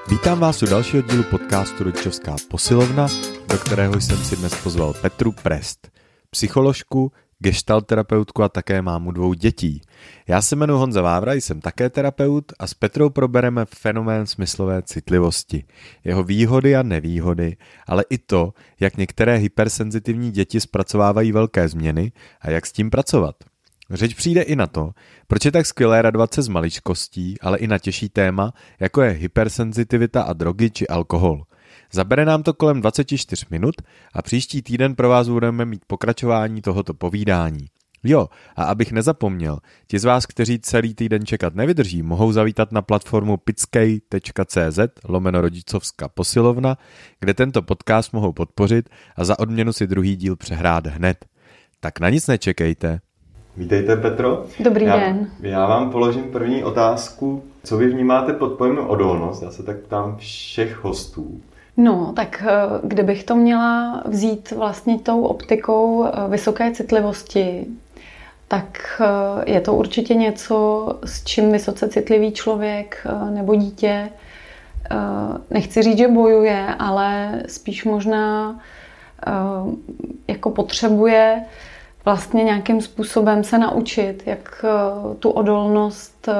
Vítám vás u dalšího dílu podcastu Rodičovská posilovna, do kterého jsem si dnes pozval Petru Prest, psycholožku, gestalt terapeutku a také mámu 2 dětí. Já se jmenuji Honza Vávra, jsem také terapeut a s Petrou probereme fenomén smyslové citlivosti, jeho výhody a nevýhody, ale i to, jak některé hypersenzitivní děti zpracovávají velké změny a jak s tím pracovat. Řeč přijde i na to, proč je tak skvělé radovat se z maličkostí, ale i na těžší téma, jako je hypersenzitivita a drogy či alkohol. Zabere nám to kolem 24 minut a příští týden pro vás budeme mít pokračování tohoto povídání. Jo, a abych nezapomněl, ti z vás, kteří celý týden čekat nevydrží, mohou zavítat na platformu pickej.cz/rodičovská posilovna, kde tento podcast mohou podpořit a za odměnu si druhý díl přehrát hned. Tak na nic nečekejte. Vítejte, Petro. Dobrý den. Já vám položím první otázku. Co vy vnímáte pod pojmem odolnost? Já se tak ptám všech hostů. No, tak kdybych to měla vzít vlastně tou optikou vysoké citlivosti, tak je to určitě něco, s čím vysoce citlivý člověk nebo dítě, nechci říct, že bojuje, ale spíš možná jako potřebuje vlastně nějakým způsobem se naučit, jak tu odolnost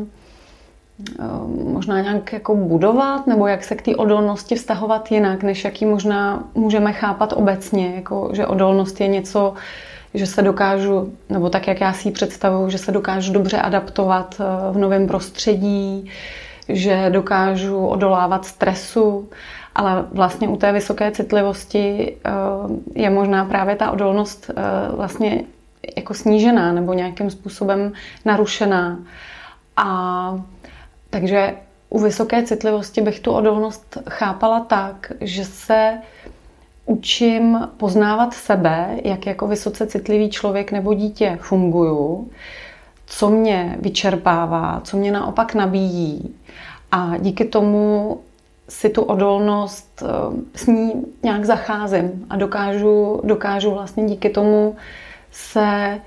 možná nějak jako budovat, nebo jak se k té odolnosti vztahovat jinak, než jak ji možná můžeme chápat obecně, jako že odolnost je něco, že se dokážu, nebo tak, jak já si ji představuju, že se dokážu dobře adaptovat v novém prostředí, že dokážu odolávat stresu, ale vlastně u té vysoké citlivosti je možná právě ta odolnost vlastně jako snížená nebo nějakým způsobem narušená. A takže u vysoké citlivosti bych tu odolnost chápala tak, že se učím poznávat sebe, jak jako vysoce citlivý člověk nebo dítě funguju, co mě vyčerpává, co mě naopak nabíjí. A díky tomu si tu odolnost s ní nějak zacházím a dokážu vlastně díky tomu se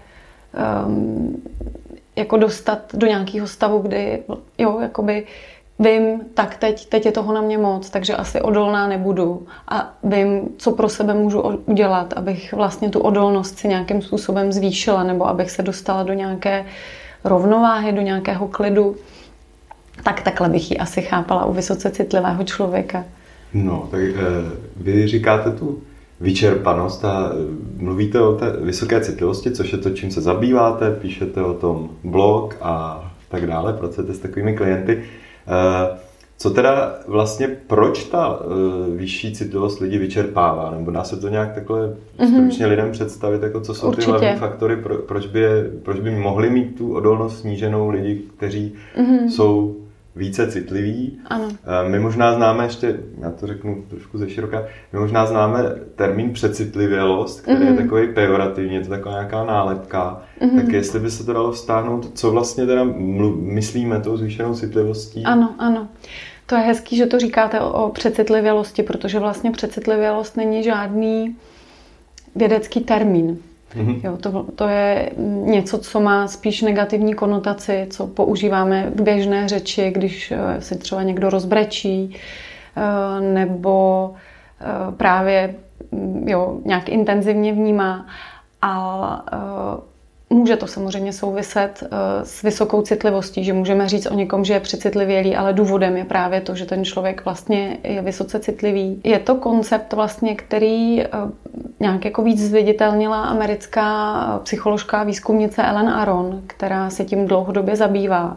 jako dostat do nějakého stavu, kdy jo, jakoby vím, tak teď je toho na mě moc, takže asi odolná nebudu a vím, co pro sebe můžu udělat, abych vlastně tu odolnost si nějakým způsobem zvýšila nebo abych se dostala do nějaké rovnováhy, do nějakého klidu. Tak takhle bych ji asi chápala u vysoce citlivého člověka. No, tak vy říkáte tu vyčerpanost a mluvíte o té vysoké citlivosti, což je to, čím se zabýváte, píšete o tom blog a tak dále, pracujete s takovými klienty. Co teda vlastně, proč ta vyšší citlivost lidi vyčerpává? Nebo dá se to nějak takhle stručně lidem představit, jako co jsou ty hlavní faktory, proč by mohli mít tu odolnost sníženou lidi, kteří jsou více citliví. Ano. My možná známe ještě, já to řeknu trošku ze široka, my možná známe termín přecitlivělost, který je takový pejorativní, je to taková nějaká nálepka. Tak jestli by se to dalo vztáhnout, co vlastně teda myslíme tou zvýšenou citlivostí? Ano. To je hezký, že to říkáte o přecitlivělosti, protože vlastně přecitlivělost není žádný vědecký termín. Jo, to je něco, co má spíš negativní konotaci, co používáme v běžné řeči, když si třeba někdo rozbrečí nebo právě nějak intenzivně vnímá. A může to samozřejmě souviset s vysokou citlivostí, že můžeme říct o někom, že je přecitlivělý, ale důvodem je právě to, že ten člověk vlastně je vysoce citlivý. Je to koncept vlastně, který nějak jako víc zviditelnila americká psycholožka výzkumnice Ellen Aron, která se tím dlouhodobě zabývá.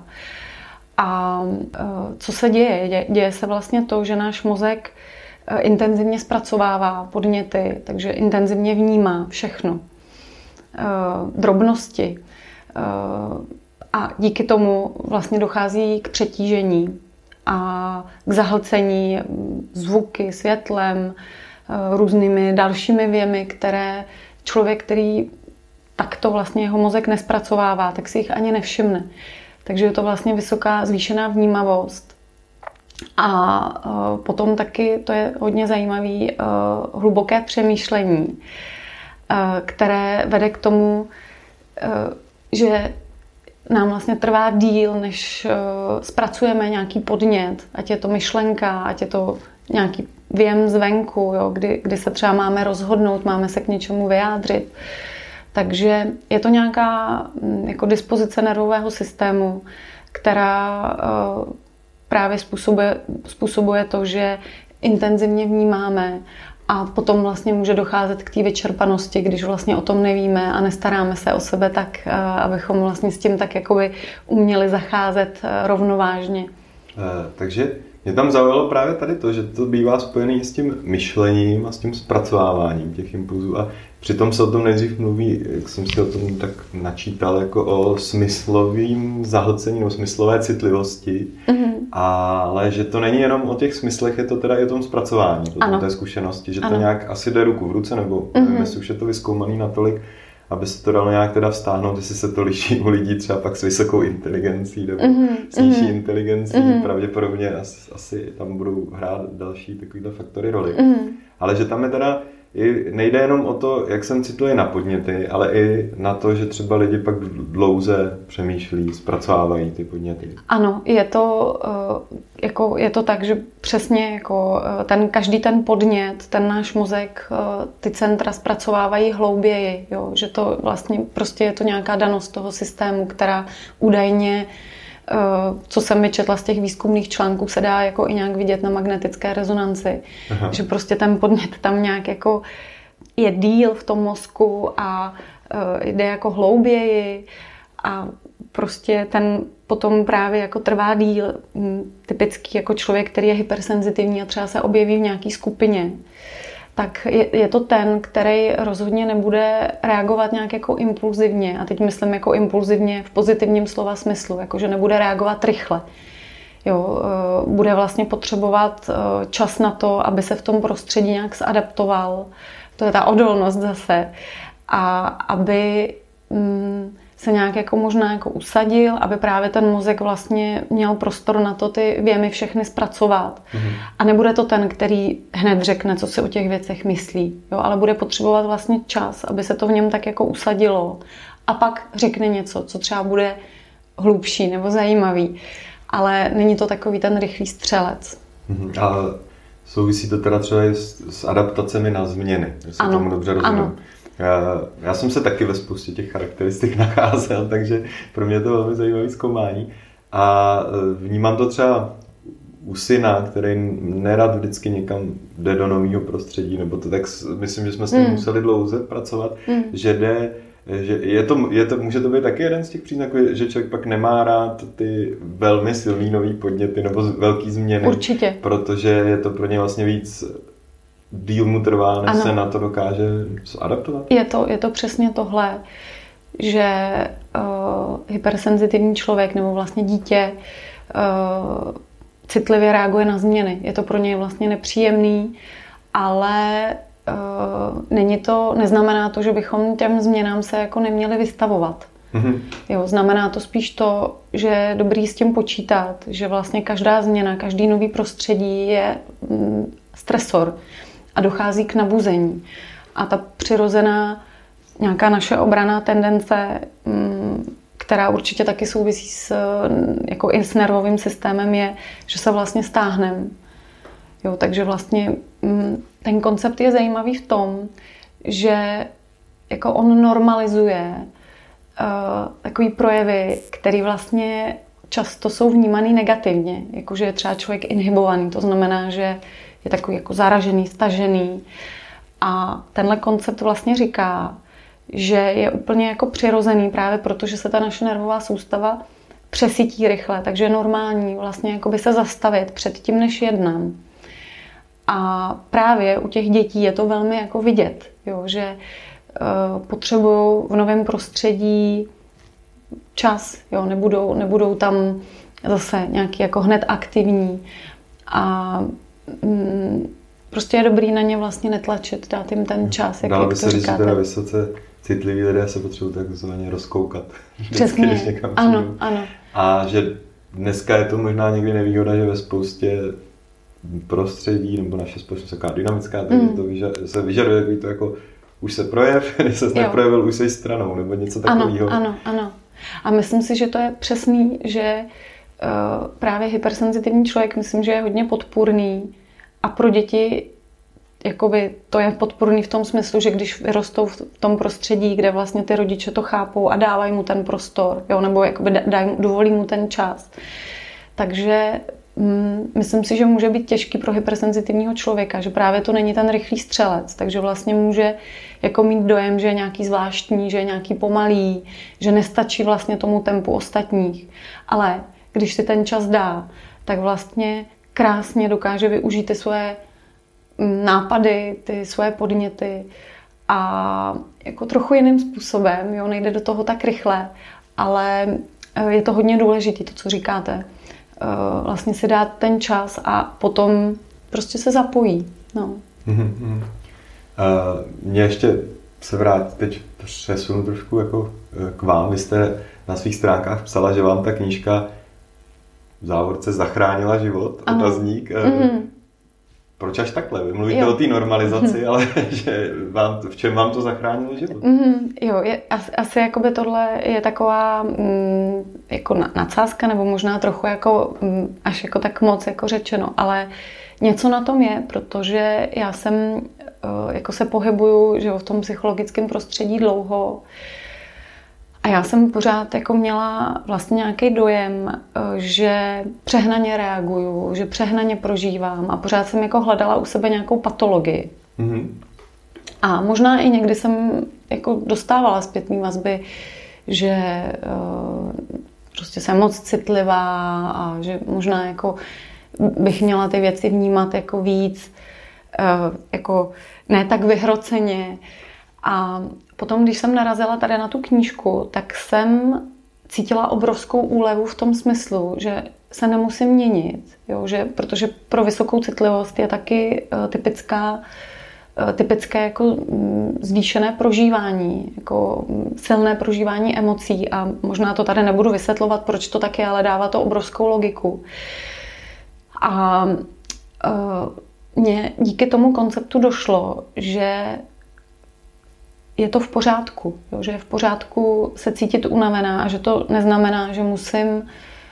A co se děje? Děje se vlastně to, že náš mozek intenzivně zpracovává podněty, takže intenzivně vnímá všechno. Drobnosti a díky tomu vlastně dochází k přetížení a k zahlcení zvuky, světlem, různými dalšími věmy, které člověk, který takto vlastně jeho mozek nespracovává, tak si jich ani nevšimne. Takže je to vlastně vysoká zvýšená vnímavost. A potom taky to je hodně zajímavé hluboké přemýšlení, které vede k tomu, že nám vlastně trvá díl, než zpracujeme nějaký podnět, ať je to myšlenka, ať je to nějaký věm zvenku, jo, kdy se třeba máme rozhodnout, máme se k něčemu vyjádřit. Takže je to nějaká jako dispozice nervového systému, která právě způsobuje to, že intenzivně vnímáme a potom vlastně může docházet k té vyčerpanosti, když vlastně o tom nevíme a nestaráme se o sebe tak, abychom vlastně s tím tak jakoby uměli zacházet rovnovážně. Takže mě tam zaujalo právě tady to, že to bývá spojené s tím myšlením a s tím zpracováváním těch impulzů a přitom se o tom nejdřív mluví, jak jsem si o tom tak načítal, jako o smyslovém zahlcení nebo smyslové citlivosti, ale že to není jenom o těch smyslech, je to teda i o tom zpracování, o té zkušenosti, že to nějak asi jde ruku v ruce, nebo nevím, jestli už je to vyzkoumaný natolik, aby se to dalo nějak teda vztáhnout, jestli se to liší u lidí třeba pak s vysokou inteligencí nebo s nižší inteligencí, pravděpodobně asi tam budou hrát další takovýhle faktory roli. Ale že tam je teda nejde jenom o to, jak jsem citlivý na podněty, ale i na to, že třeba lidi pak dlouze přemýšlí, zpracovávají ty podněty. Ano, je to tak, že přesně jako každý ten podnět, ten náš mozek, ty centra zpracovávají hlouběji, jo? Že to vlastně prostě je to nějaká danost toho systému, která údajně, co jsem vyčetla z těch výzkumných článků, se dá jako i nějak vidět na magnetické rezonanci. Aha. Že prostě ten podnět tam nějak jako je díl v tom mozku a jde jako hlouběji a prostě ten potom právě jako trvá díl. Typický jako člověk, který je hypersenzitivní a třeba se objeví v nějaký skupině, tak je to ten, který rozhodně nebude reagovat nějak jako impulzivně. A teď myslím jako impulzivně v pozitivním slova smyslu, jako že nebude reagovat rychle. Jo, bude vlastně potřebovat čas na to, aby se v tom prostředí nějak zadaptoval. To je ta odolnost zase. A aby se nějak jako možná jako usadil, aby právě ten mozek vlastně měl prostor na to ty věmy všechny zpracovat. A nebude to ten, který hned řekne, co si o těch věcech myslí. Jo, ale bude potřebovat vlastně čas, aby se to v něm tak jako usadilo. A pak řekne něco, co třeba bude hlubší nebo zajímavý. Ale není to takový ten rychlý střelec. A souvisí to teda třeba i s adaptacemi na změny, jestli tomu dobře rozumím. Ano. Já jsem se taky ve spoustě těch charakteristik nacházel, takže pro mě je to velmi zajímavé zkoumání. A vnímám to třeba u syna, který nerad vždycky někam jde do nového prostředí, nebo to tak myslím, že jsme s tím museli dlouze pracovat, že jde, že může to být taky jeden z těch příznaků, že člověk pak nemá rád ty velmi silný nový podněty nebo velký změny. Určitě. Protože je to pro ně vlastně víc díl mu trvá, než se na to dokáže adaptovat. Je to přesně tohle, že hypersenzitivní člověk nebo vlastně dítě citlivě reaguje na změny. Je to pro něj vlastně nepříjemný, ale neznamená to, že bychom těm změnám se jako neměli vystavovat. Jo, znamená to spíš to, že je dobrý s tím počítat, že vlastně každá změna, každý nový prostředí je stresor a dochází k nabuzení. A ta přirozená nějaká naše obranná tendence, která určitě taky souvisí jako i s nervovým systémem, je, že se vlastně stáhneme. Jo, takže vlastně ten koncept je zajímavý v tom, že jako on normalizuje takový projevy, které vlastně často jsou vnímaný negativně, jakože je třeba člověk inhibovaný, to znamená, že je takový jako zaražený, stažený. A tenhle koncept vlastně říká, že je úplně jako přirozený právě proto, že se ta naše nervová soustava přesytí rychle, takže je normální vlastně jakoby se zastavit před tím, než jednám. A právě u těch dětí je to velmi jako vidět, jo, že potřebují v novém prostředí čas, jo, nebudou tam zase nějaký jako hned aktivní a prostě je dobrý na ně vlastně netlačit, dát jim ten čas, jak to říkáte. Dá by se teda vysoce citliví lidé se potřebují takzvaně rozkoukat. Přesně, když někam ano. A že dneska je to možná někdy nevýhoda, že ve spoustě prostředí, nebo naše společnost je taková dynamická, takže to se vyžaduje takový to jako už se projev, když se neprojevil, už jsi stranou, nebo něco takového. Ano. A myslím si, že to je přesný, že právě hypersenzitivní člověk, myslím, že je hodně podpůrný a pro děti jakoby to je podpůrný v tom smyslu, že když vyrostou v tom prostředí, kde vlastně ty rodiče to chápou a dávají mu ten prostor, jo, nebo jakoby dovolí mu ten čas. Takže myslím si, že může být těžký pro hypersenzitivního člověka, že právě to není ten rychlý střelec, takže vlastně může jako mít dojem, že je nějaký zvláštní, že je nějaký pomalý, že nestačí vlastně tomu tempu ostatních. Ale když si ten čas dá, tak vlastně krásně dokáže využít ty svoje nápady, ty svoje podněty a jako trochu jiným způsobem, jo, nejde do toho tak rychle, ale je to hodně důležité, to, co říkáte. Vlastně si dát ten čas a potom prostě se zapojí. No. Mě ještě se vrátit, teď přesunu trošku jako k vám. Vy jste na svých stránkách psala, že vám ta knížka v závorce zachránila život, otazník. Proč až takhle? Vy mluvíte o té normalizaci, ale že v čem vám to zachránilo život? Jo, asi jakoby tohle je taková jako nadsázka, nebo možná trochu jako až jako tak moc jako řečeno, ale něco na tom je, protože já jsem jako se pohybuju, že v tom psychologickém prostředí dlouho a já jsem pořád jako měla vlastně nějaký dojem, že přehnaně reaguju, že přehnaně prožívám a pořád jsem jako hledala u sebe nějakou patologii. A možná i někdy jsem jako dostávala zpětný vazby, že prostě jsem moc citlivá a že možná jako bych měla ty věci vnímat jako víc, jako ne tak vyhroceně. A potom, když jsem narazila tady na tu knížku, tak jsem cítila obrovskou úlevu v tom smyslu, že se nemusím měnit, jo, že, protože pro vysokou citlivost je taky typické jako zvýšené prožívání, jako silné prožívání emocí a možná to tady nebudu vysvětlovat, proč to tak je, ale dává to obrovskou logiku. A mně díky tomu konceptu došlo, že je to v pořádku, jo, že je v pořádku se cítit unavená a že to neznamená, že musím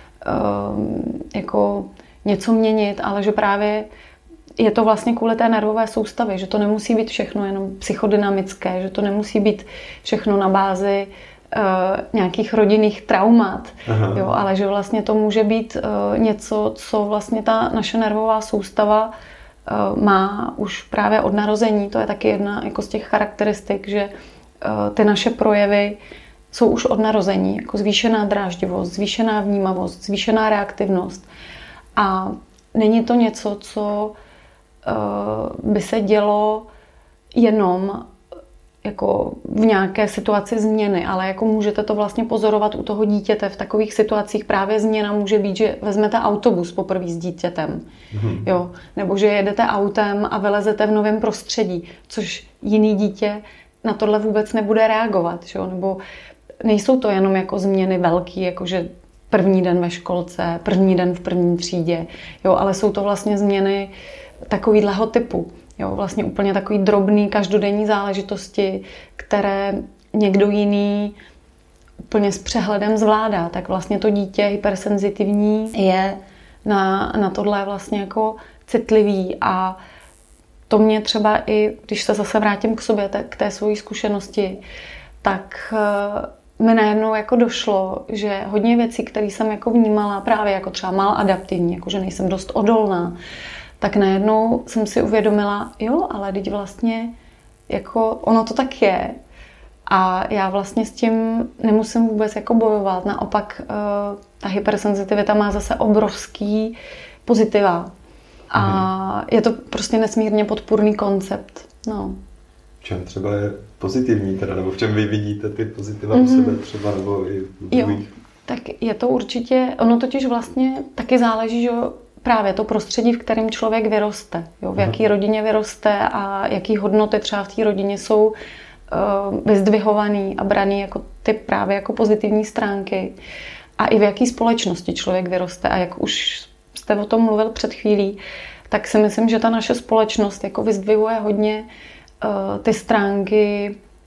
jako něco měnit, ale že právě je to vlastně kvůli té nervové soustavě, že to nemusí být všechno jenom psychodynamické, že to nemusí být všechno na bázi nějakých rodinných traumat, jo, ale že vlastně to může být něco, co vlastně ta naše nervová soustava má už právě od narození. To je taky jedna jako z těch charakteristik, že ty naše projevy jsou už od narození, jako zvýšená dráždivost, zvýšená vnímavost, zvýšená reaktivnost. A není to něco, co by se dělo jenom jako v nějaké situaci změny, ale jako můžete to vlastně pozorovat u toho dítěte v takových situacích. Právě změna může být, že vezmete autobus poprvé s dítětem, jo? Nebo že jedete autem a vylezete v novém prostředí, což jiný dítě na tohle vůbec nebude reagovat, jo? Nebo nejsou to jenom jako změny velký, jakože první den ve školce, první den v první třídě, jo? Ale jsou to vlastně změny takovýhleho typu. Jo, vlastně úplně takový drobný každodenní záležitosti, které někdo jiný úplně s přehledem zvládá. Tak vlastně to dítě hypersenzitivní je na tohle vlastně jako citlivý a to mě třeba i, když se zase vrátím k sobě, k té svojí zkušenosti, tak mi najednou jako došlo, že hodně věcí, které jsem jako vnímala právě jako třeba maladaptivní, jako že nejsem dost odolná, tak najednou jsem si uvědomila, jo, ale teď vlastně jako ono to tak je a já vlastně s tím nemusím vůbec jako bojovat. Naopak ta hypersenzitivita má zase obrovský pozitiva a je to prostě nesmírně podpůrný koncept. No. V čem třeba je pozitivní teda, nebo v čem vy vidíte ty pozitiva u sebe třeba, nebo i u druhých? Tak je to určitě, ono totiž vlastně taky záleží, že právě to prostředí, v kterém člověk vyroste, jo, v jaký rodině vyroste a jaký hodnoty třeba v té rodině jsou vyzdvihovaný a braný jako ty právě jako pozitivní stránky a i v jaký společnosti člověk vyroste a jak už jste o tom mluvil před chvílí, tak si myslím, že ta naše společnost jako vyzdvihuje hodně ty stránky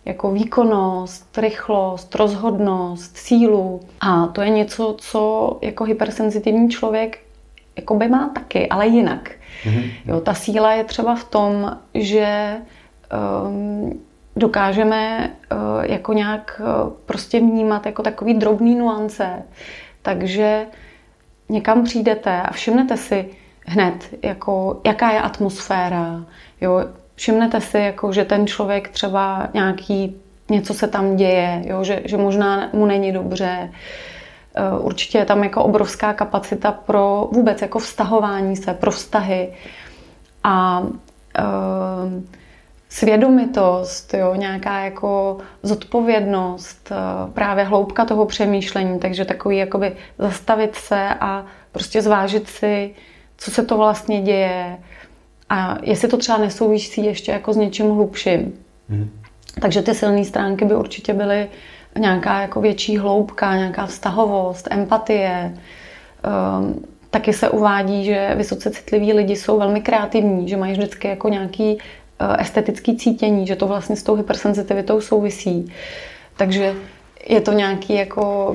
jako výkonnost, rychlost, rozhodnost, sílu. A to je něco, co jako hypersenzitivní člověk jakoby má taky, ale jinak. Jo, ta síla je třeba v tom, že dokážeme jako nějak prostě vnímat jako takový drobný nuance. Takže někam přijdete a všimnete si hned, jako, jaká je atmosféra. Jo, všimnete si, jako, že ten člověk třeba něco se tam děje, jo, že možná mu není dobře. Určitě je tam jako obrovská kapacita pro vůbec jako vztahování se, pro vztahy. A svědomitost, jo, nějaká jako zodpovědnost, právě hloubka toho přemýšlení, takže takový jakoby zastavit se a prostě zvážit si, co se to vlastně děje a jestli to třeba nesouvisí ještě jako s něčím hlubším. Takže ty silné stránky by určitě byly nějaká jako větší hloubka, nějaká vztahovost, empatie. Taky se uvádí, že vysoce citliví lidi jsou velmi kreativní, že mají vždycky jako nějaký estetický cítění, že to vlastně s tou hypersenzitivitou souvisí. Takže je to nějaký jako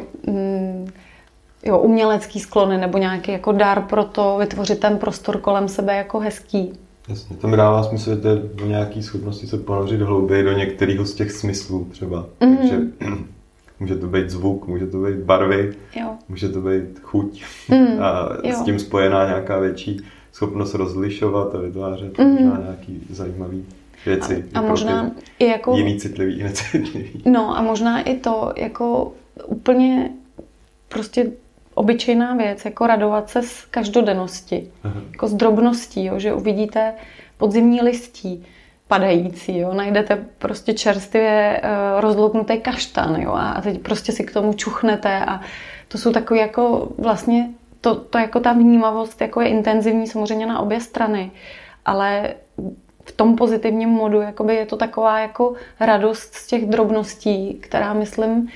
umělecký sklony nebo nějaký jako dar pro to vytvořit ten prostor kolem sebe jako hezký. Jasně, to mi dává smysl, že to je do nějaký schopnosti se ponořit hlouběji do některého z těch smyslů třeba. Takže může to být zvuk, může to být barvy, může to být chuť a s tím spojená nějaká větší schopnost rozlišovat a vytvářet možná nějaký zajímavý věci. A možná i jako jiný citlivý, necitlivý. No a možná i to jako úplně prostě obyčejná věc, jako radovat se z každodennosti, jako z drobností, jo, že uvidíte podzimní listí padající, jo, najdete prostě čerstvě rozloupnutý kaštan, jo, a teď prostě si k tomu čuchnete a to jsou takové jako vlastně to jako ta vnímavost jako je intenzivní samozřejmě na obě strany, ale v tom pozitivním modu jakoby je to taková jako radost z těch drobností, která myslím,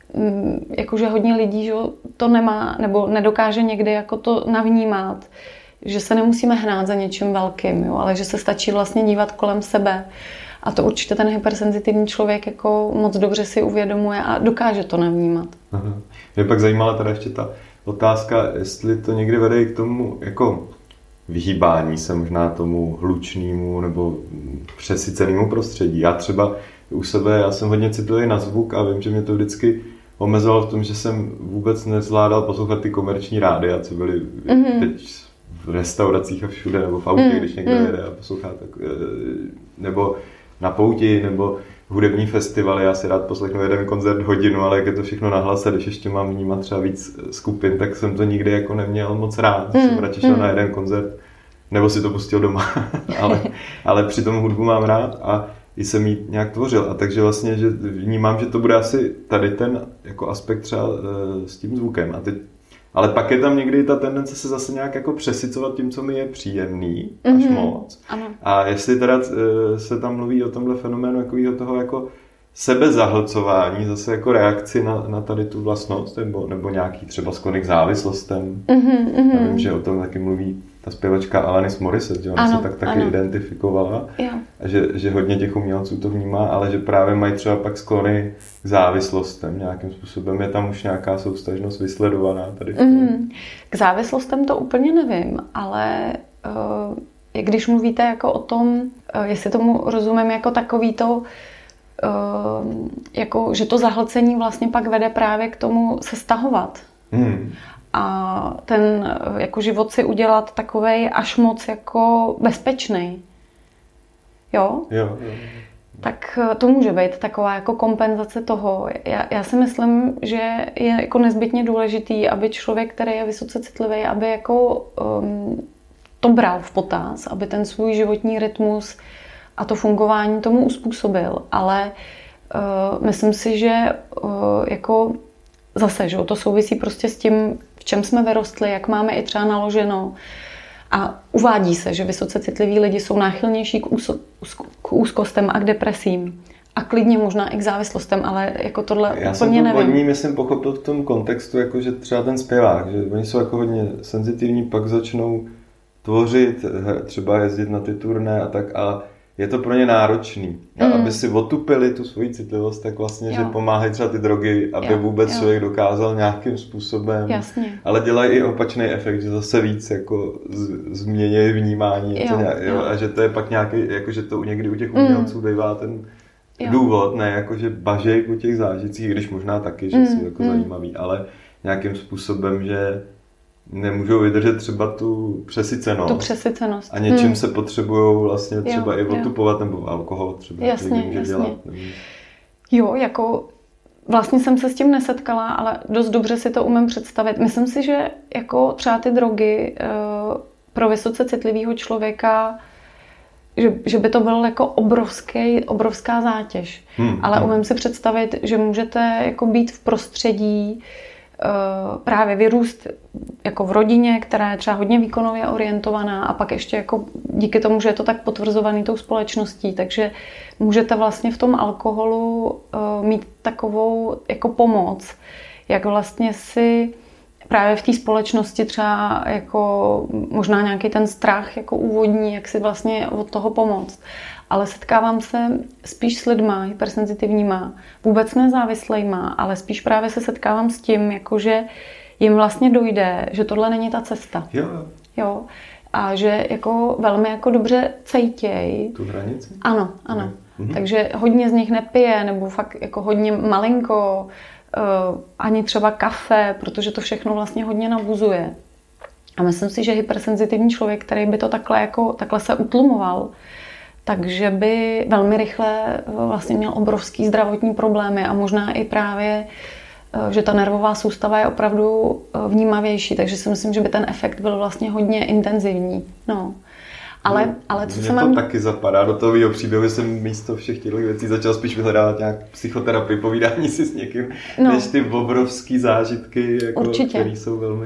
jakože hodně lidí že to nemá nebo nedokáže někdy jako to navnímat, že se nemusíme hnát za něčím velkým, jo, ale že se stačí vlastně dívat kolem sebe. A to určitě ten hypersenzitivní člověk jako moc dobře si uvědomuje a dokáže to navnímat. Aha. Mě pak zajímala teda ještě ta otázka, jestli to někdy vede i k tomu jako vyhýbání se možná tomu hlučnému nebo přesycenému prostředí. Já třeba u sebe, já jsem hodně citlivý na zvuk a vím, že mě to vždycky omezovalo v tom, že jsem vůbec nezvládal poslouchat ty komerční rádia, co byly teď v restauracích a všude, nebo v autě, když někdo jede a poslouchá, tak, nebo na pouti, nebo hudební festivaly. Já si rád poslechnu jeden koncert hodinu, ale jak je to všechno nahlas a když ještě mám vnímat třeba víc skupin, tak jsem to nikdy jako neměl moc rád. Jsem radši šel na jeden koncert, nebo si to pustil doma, ale přitom hudbu mám rád a i jsem jí nějak tvořil. A takže vlastně, že vnímám, že to bude asi tady ten jako aspekt třeba s tím zvukem. Ale pak je tam někdy ta tendence se zase nějak jako přesycovat tím, co mi je příjemný, až moc. Ano. A jestli teda se tam mluví o tomhle fenoménu takového toho jako sebezahlcování, zase jako reakci na tady tu vlastnost, nebo nějaký třeba sklony k závislostem. Já vím, že o tom taky mluví ta zpěvačka Alanis Morissette, že ona se taky identifikovala. A že hodně těch umělců to vnímá, ale že právě mají třeba pak sklony k závislostem nějakým způsobem. Je tam už nějaká souvztažnost vysledovaná tady v tom? K závislostem to úplně nevím, ale když mluvíte jako o tom, jestli tomu rozumím jako takový to, jako, že to zahlcení vlastně pak vede právě k tomu se stahovat. A ten jako život si udělat takovej až moc jako bezpečný. Jo? Jo. Tak to může být taková jako kompenzace toho. Já si myslím, že je jako nezbytně důležitý, aby člověk, který je vysoce citlivý, aby jako to bral v potaz, aby ten svůj životní rytmus a to fungování tomu uspůsobil. Ale myslím si, že jako zase, že to souvisí prostě s tím, v čem jsme vyrostli, jak máme i třeba naloženo. A uvádí se, že vysoce citliví lidi jsou náchylnější k úzkostem a k depresím. A klidně možná i k závislostem, ale jako tohle úplně nevím. Já jsem to hodně, myslím, pochopil v tom kontextu, jako že třeba ten zpěvák, že oni jsou jako hodně senzitivní, pak začnou tvořit, třeba jezdit na ty turné a tak a je to pro ně náročný. A aby si otupili tu svoji citlivost, tak vlastně, že pomáhají třeba ty drogy, aby vůbec člověk dokázal nějakým způsobem. Jasně. Ale dělají i opačný efekt, že zase víc jako změní vnímání. A že to je pak nějaký, jako že to někdy u těch umělců bývá ten důvod, ne jako že bažej po těch zážitcích, když možná taky, že jsou jako zajímavý, ale nějakým způsobem, že nemůžou vydržet třeba tu přesycenost. A něčím se potřebujou vlastně třeba i otupovat, nebo alkohol třeba. Jasně. Dělat. Jo, jako vlastně jsem se s tím nesetkala, ale dost dobře si to umím představit. Myslím si, že jako třeba ty drogy pro vysoce citlivého člověka, že by to byl jako obrovská zátěž. Ale umím si představit, že můžete jako být v prostředí, právě vyrůst jako v rodině, která je třeba hodně výkonově orientovaná a pak ještě jako díky tomu, že je to tak potvrzovaný tou společností, takže můžete vlastně v tom alkoholu mít takovou jako pomoc, jak vlastně si právě v té společnosti třeba jako možná nějaký ten strach jako úvodní, jak si vlastně od toho pomoct. Ale setkávám se spíš s lidma hypersenzitivníma, vůbec nezávislejma, ale spíš právě se setkávám s tím, jakože jim vlastně dojde, že tohle není ta cesta. Jo. A že jako velmi jako dobře cejtěj. Tu hranici? Ano. Takže hodně z nich nepije, nebo fakt jako hodně malinko, ani třeba kafe, protože to všechno vlastně hodně navuzuje. A myslím si, že hypersenzitivní člověk, který by to takhle se utlumoval, takže by velmi rychle vlastně měl obrovský zdravotní problémy a možná i právě, že ta nervová soustava je opravdu vnímavější, takže si myslím, že by ten efekt byl vlastně hodně intenzivní. No. Ale co se to taky zapadá do toho příběhu, jsem místo všech těchto věcí začal spíš vyhledávat nějak psychoterapii, povídání si s někým, než ty obrovský zážitky, jako, které jsou velmi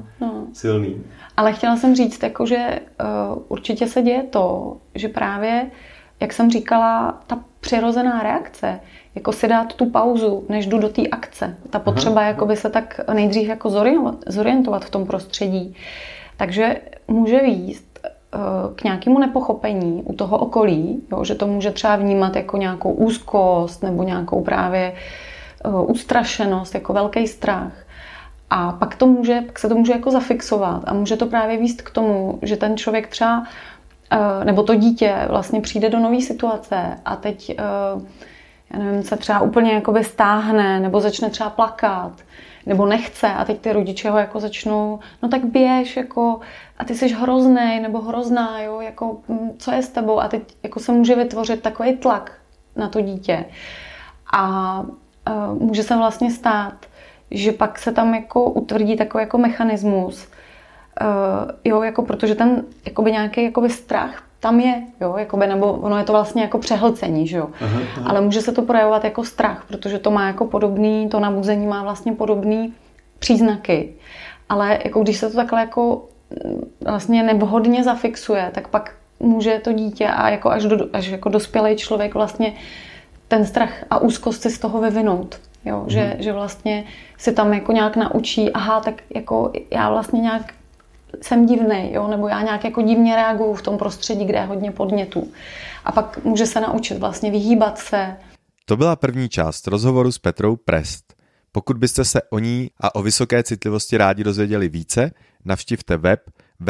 silný. Ale chtěla jsem říct, jako, že určitě se děje to, že právě, jak jsem říkala, ta přirozená reakce, jako si dát tu pauzu, než jdu do té akce. Ta potřeba jakoby se tak nejdřív jako zorientovat v tom prostředí. Takže může vést k nějakému nepochopení u toho okolí, jo, že to může třeba vnímat jako nějakou úzkost nebo nějakou právě ustrašenost, jako velký strach. A pak se to může jako zafixovat a může to právě vést k tomu, že ten člověk třeba, nebo to dítě vlastně přijde do nové situace a teď, já nevím, se třeba úplně jakoby stáhne nebo začne třeba plakat nebo nechce a teď ty rodiče ho jako začnou, no tak běž, jako, a ty jsi hroznej nebo hrozná, jo, jako, co je s tebou? A teď jako se může vytvořit takový tlak na to dítě. A může se vlastně stát, že pak se tam jako utvrdí takový jako mechanismus, jo, jako protože ten jakoby nějaký jakoby strach tam je, jo, jakoby, nebo ono je to vlastně jako přehlcení, že jo. Aha. Ale může se to projevovat jako strach, protože to má jako podobný, to nabuzení má vlastně podobný příznaky. Ale jako když se to takhle jako vlastně nevhodně zafixuje, tak pak může to dítě a jako až jako dospělý člověk vlastně ten strach a úzkost si z toho vyvinout. Jo, že vlastně si tam jako nějak naučí, aha, tak jako já vlastně nějak jsem divnej, jo, nebo já nějak jako divně reaguju v tom prostředí, kde je hodně podnětů. A pak může se naučit vlastně vyhýbat se. To byla první část rozhovoru s Petrou Prest. Pokud byste se o ní a o vysoké citlivosti rádi dozvěděli více, navštivte web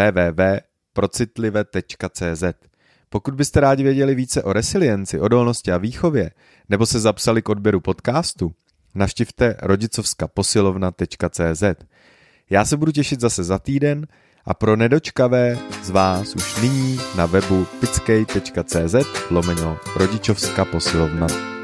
www.procitlive.cz. Pokud byste rádi věděli více o resilienci, odolnosti a výchově, nebo se zapsali k odběru podcastu, navštivte rodicovskaposilovna.cz. Já se budu těšit zase za týden a pro nedočkavé z vás už nyní na webu pickej.cz/rodičovska posilovna.